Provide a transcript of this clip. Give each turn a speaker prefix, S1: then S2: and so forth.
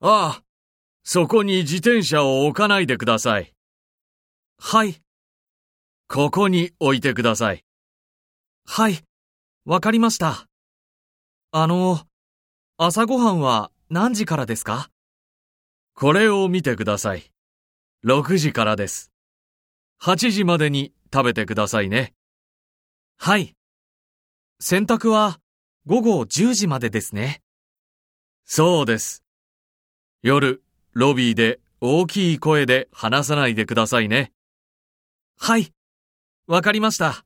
S1: ああ、そこに自転車を置かないでください。
S2: はい。
S1: ここに置いてください。
S2: はい、わかりました。朝ごはんは何時からですか？
S1: これを見てください。6時からです。8時までに食べてくださいね。
S2: はい。洗濯は午後10時までですね。
S1: そうです。夜、ロビーで大きい声で話さないでくださいね。
S2: はい、わかりました。